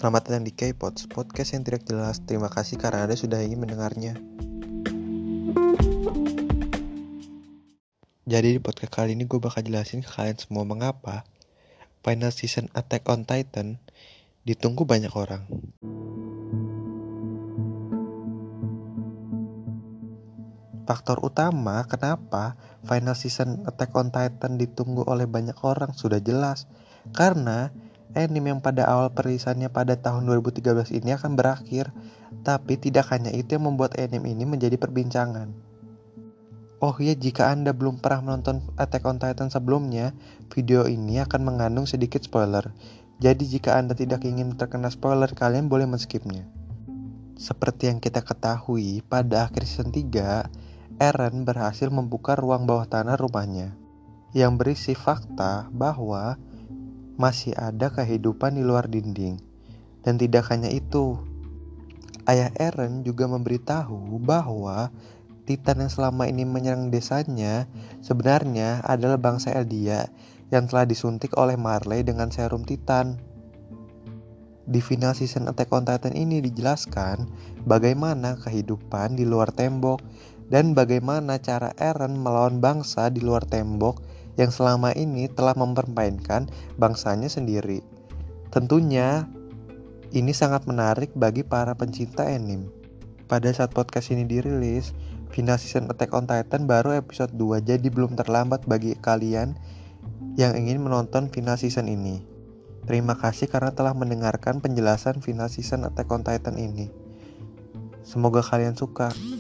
Selamat datang di K-Pods, podcast yang tidak jelas. Terima kasih karena Anda sudah ingin mendengarnya. Jadi di podcast kali ini gue bakal jelasin ke kalian semua mengapa final season Attack on Titan ditunggu banyak orang. Faktor utama kenapa final season Attack on Titan ditunggu oleh banyak orang sudah jelas. Karena anime yang pada awal perilisannya pada tahun 2013 ini akan berakhir. Tapi tidak hanya itu yang membuat anime ini menjadi perbincangan. Oh iya, jika Anda belum pernah menonton Attack on Titan sebelumnya, video ini akan mengandung sedikit spoiler. Jadi jika Anda tidak ingin terkena spoiler, kalian boleh men-skipnya. Seperti yang kita ketahui, pada akhir season 3, Eren berhasil membuka ruang bawah tanah rumahnya yang berisi fakta bahwa masih ada kehidupan di luar dinding. Dan tidak hanya itu, ayah Eren juga memberitahu bahwa Titan yang selama ini menyerang desanya sebenarnya adalah bangsa Eldia yang telah disuntik oleh Marley dengan serum Titan. Di final season Attack on Titan ini dijelaskan bagaimana kehidupan di luar tembok dan bagaimana cara Eren melawan bangsa di luar tembok yang selama ini telah mempermainkan bangsanya sendiri. Tentunya ini sangat menarik bagi para pencinta anime. Pada saat podcast ini dirilis, final season Attack on Titan baru episode 2, jadi belum terlambat bagi kalian yang ingin menonton final season ini. Terima kasih karena telah mendengarkan penjelasan final season Attack on Titan ini. Semoga kalian suka.